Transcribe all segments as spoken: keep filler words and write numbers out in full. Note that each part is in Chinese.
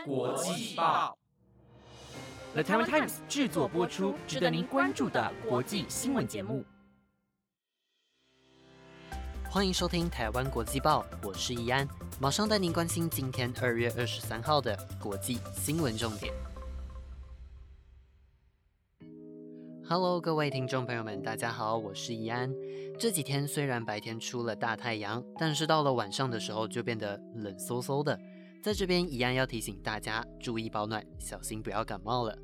国际报 The Taiwan Times 制作播出，值得您关注的国际新闻节目。 欢迎收听台湾国际报，我是怡安，马上带您关心今天二月二十三号的国际新闻重点。Hello， 各位听众朋友们，大家好，我是怡安。这几天虽然白天出了大太阳，但是到了晚上的时候就变得冷飕飕的。在这边，怡安要提醒大家注意保暖，小心不要感冒了。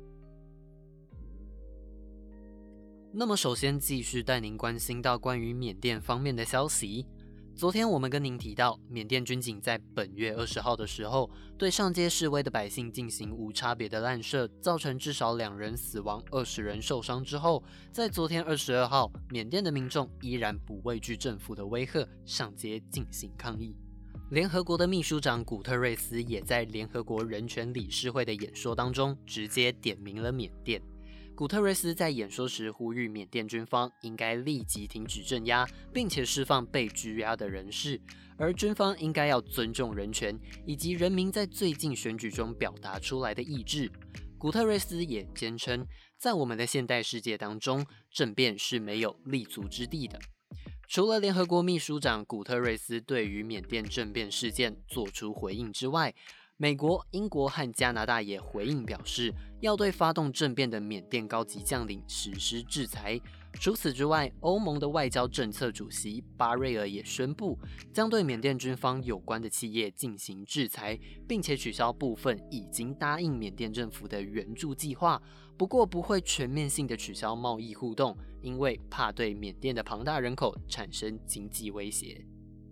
那么，首先继续带您关心到关于缅甸方面的消息。昨天我们跟您提到，缅甸军警在本月二十号的时候，对上街示威的百姓进行无差别的滥射，造成至少两人死亡、二十人受伤之后，在昨天二十二号，缅甸的民众依然不畏惧政府的威吓，上街进行抗议。联合国的秘书长古特瑞斯也在联合国人权理事会的演说当中，直接点名了缅甸。古特瑞斯在演说时呼吁缅甸军方应该立即停止镇压，并且释放被拘押的人士，而军方应该要尊重人权以及人民在最近选举中表达出来的意志。古特瑞斯也坚称，在我们的现代世界当中，政变是没有立足之地的。除了联合国秘书长古特瑞斯对于缅甸政变事件做出回应之外，美国、英国和加拿大也回应表示，要对发动政变的缅甸高级将领实施制裁。除此之外，欧盟的外交政策主席巴瑞尔也宣布，将对缅甸军方有关的企业进行制裁，并且取消部分已经答应缅甸政府的援助计划。不过不会全面性的取消贸易互动，因为怕对缅甸的庞大人口产生经济威胁。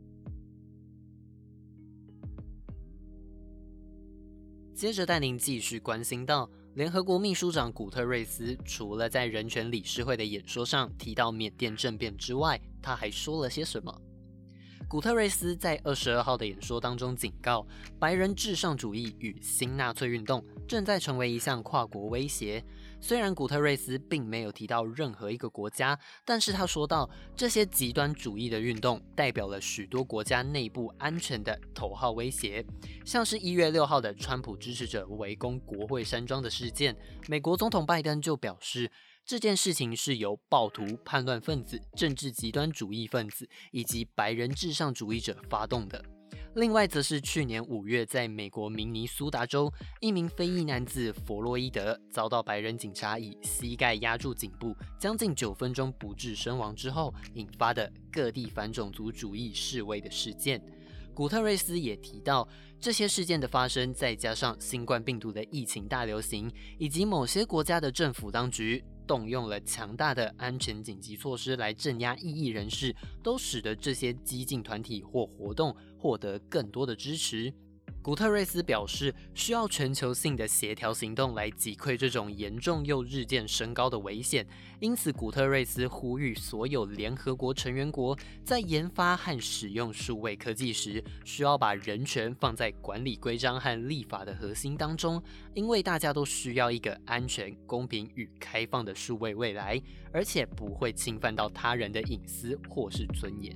接着带您继续关心到，联合国秘书长古特瑞斯除了在人权理事会的演说上提到缅甸政变之外，他还说了些什么？古特瑞斯在二十二号的演说当中警告，白人至上主义与新纳粹运动正在成为一项跨国威胁。虽然古特瑞斯并没有提到任何一个国家，但是他说到，这些极端主义的运动代表了许多国家内部安全的头号威胁，像是一月六号的川普支持者围攻国会山庄的事件，美国总统拜登就表示，这件事情是由暴徒、叛乱分子、政治极端主义分子以及白人至上主义者发动的。另外则是去年五月在美国明尼苏达州，一名非裔男子弗洛伊德遭到白人警察以膝盖压住颈部将近九分钟不治身亡之后引发的各地反种族主义示威的事件。古特瑞斯也提到，这些事件的发生，再加上新冠病毒的疫情大流行，以及某些国家的政府当局动用了强大的安全紧急措施来镇压异议人士，都使得这些激进团体或活动获得更多的支持。古特瑞斯表示，需要全球性的协调行动来击溃这种严重又日渐升高的危险。因此，古特瑞斯呼吁所有联合国成员国在研发和使用数位科技时，需要把人权放在管理规章和立法的核心当中，因为大家都需要一个安全、公平与开放的数位未来，而且不会侵犯到他人的隐私或是尊严。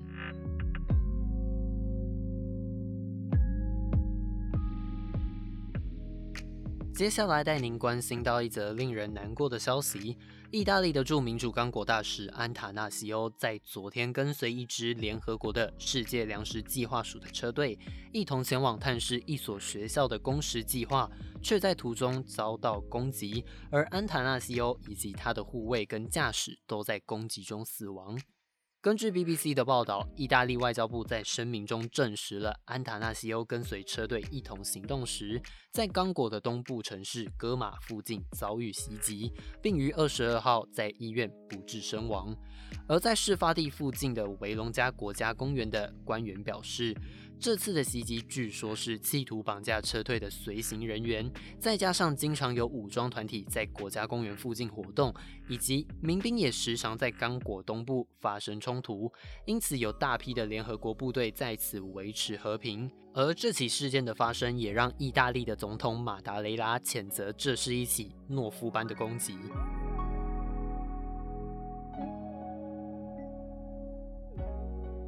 接下来带您关心到一则令人难过的消息，意大利的驻民主刚果大使安塔纳西欧在昨天跟随一支联合国的世界粮食计划署的车队，一同前往探视一所学校的供食计划，却在途中遭到攻击，而安塔纳西欧以及他的护卫跟驾驶都在攻击中死亡。根据 B B C 的报道，意大利外交部在声明中证实了安塔纳西欧跟随车队一同行动时，在刚果的东部城市戈马附近遭遇袭击，并于二十二号在医院不治身亡。而在事发地附近的维隆加国家公园的官员表示，这次的袭击据说是企图绑架车队的随行人员，再加上经常有武装团体在国家公园附近活动，以及民兵也时常在刚果东部发生冲突，因此有大批的联合国部队在此维持和平。而这起事件的发生也让意大利的总统马达雷拉谴责这是一起懦夫般的攻击。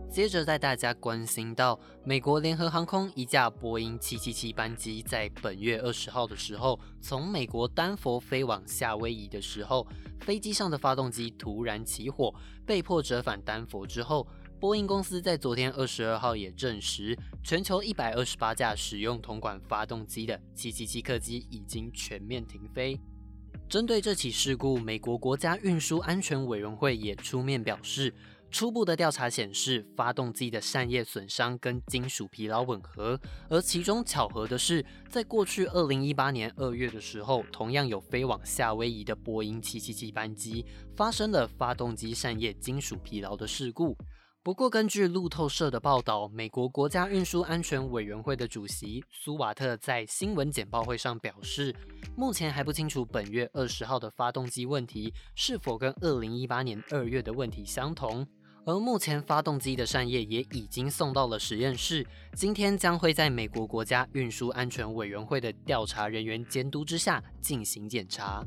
接着带大家关心到，美国联合航空一架波音七七七班机在本月二十号的时候，从美国丹佛飞往夏威夷的时候，飞机上的发动机突然起火，被迫折返丹佛之后，波音公司在昨天二十二号也证实，全球一百二十八架使用同款发动机的七七七客机已经全面停飞。针对这起事故，美国国家运输安全委员会也出面表示，初步的调查显示，发动机的扇叶损伤跟金属疲劳吻合，而其中巧合的是，在过去二零一八年二月的时候，同样有飞往夏威夷的波音七七七班机发生了发动机扇叶金属疲劳的事故。不过，根据路透社的报道，美国国家运输安全委员会的主席苏瓦特在新闻简报会上表示，目前还不清楚本月二十号的发动机问题是否跟二零一八年二月的问题相同。而目前发动机的扇叶也已经送到了实验室，今天将会在美国国家运输安全委员会的调查人员监督之下进行检查。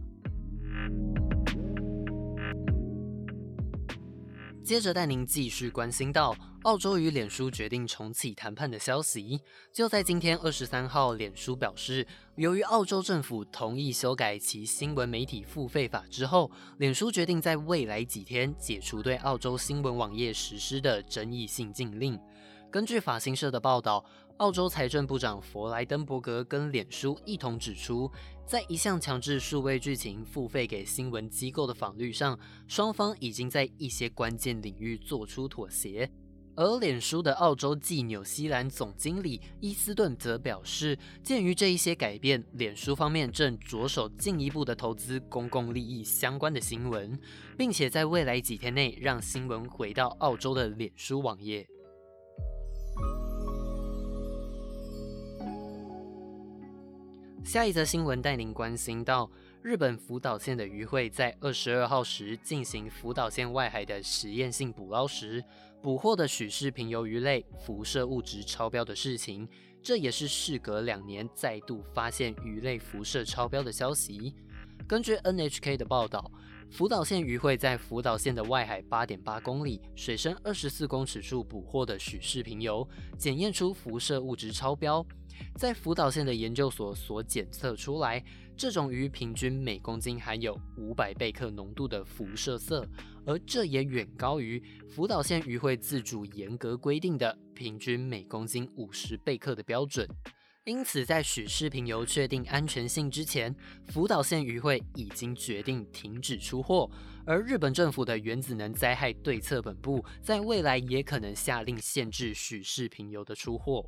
接着带您继续关心到澳洲与脸书决定重启谈判的消息。就在今天二十三号，脸书表示，由于澳洲政府同意修改其新闻媒体付费法之后，脸书决定在未来几天解除对澳洲新闻网页实施的争议性禁令。根据法新社的报道，澳洲财政部长弗莱登伯格跟脸书一同指出，在一项强制数位剧情付费给新闻机构的法律上，双方已经在一些关键领域做出妥协。而脸书的澳洲暨纽西兰总经理伊斯顿则表示，鉴于这一些改变，脸书方面正着手进一步的投资公共利益相关的新闻，并且在未来几天内让新闻回到澳洲的脸书网页。下一则新闻带您关心到，日本福岛县的渔会在二十二号时进行福岛县外海的实验性捕捞时，捕获的许氏平游鱼类辐射物质超标的事情，这也是事隔两年再度发现鱼类辐射超标的消息。根据 N H K 的报道，福岛县渔会在福岛县的外海 八点八公里、水深二十四公尺处捕获的许氏平游，检验出辐射物质超标。在福岛县的研究所所检测出来，这种鱼平均每公斤含有五百贝克浓度的辐射色，而这也远高于福岛县渔会自主严格规定的平均每公斤五十贝克的标准。因此，在许氏平游确定安全性之前，福岛县渔会已经决定停止出货，而日本政府的原子能灾害对策本部在未来也可能下令限制许氏平游的出货。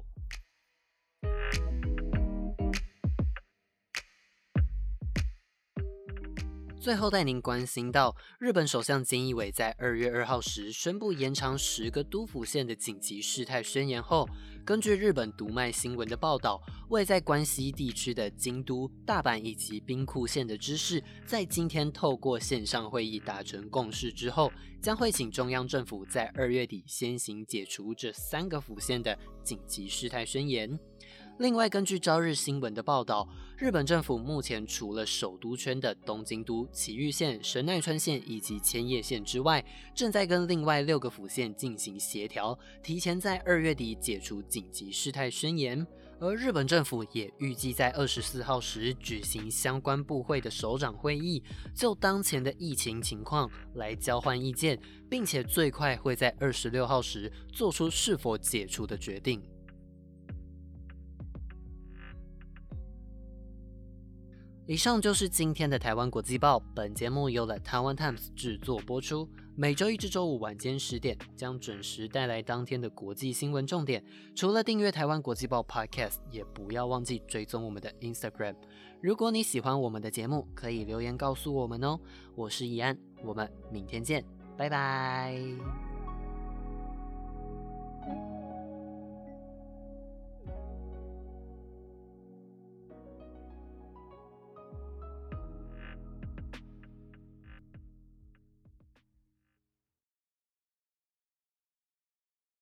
最后带您关心到，日本首相菅义伟在二月二号时宣布延长十个都府县的紧急事态宣言后，根据日本读卖新闻的报道，位在关西地区的京都、大阪以及兵库县的知事，在今天透过线上会议达成共识之后，将会请中央政府在二月底先行解除这三个府县的紧急事态宣言。另外，根据朝日新闻的报道，日本政府目前除了首都圈的东京都、埼玉县、神奈川县以及千叶县之外，正在跟另外六个府县进行协调，提前在二月底解除紧急事态宣言。而日本政府也预计在二十四号时举行相关部会的首长会议，就当前的疫情情况来交换意见，并且最快会在二十六号时做出是否解除的决定。以上就是今天的台湾国际报，本节目由了台湾 Times 制作播出，每周一至周五晚间十点将准时带来当天的国际新闻重点。除了订阅台湾国际报 Podcast， 也不要忘记追踪我们的 Instagram。如果你喜欢我们的节目，可以留言告诉我们哦。我是怡安，我们明天见，拜拜。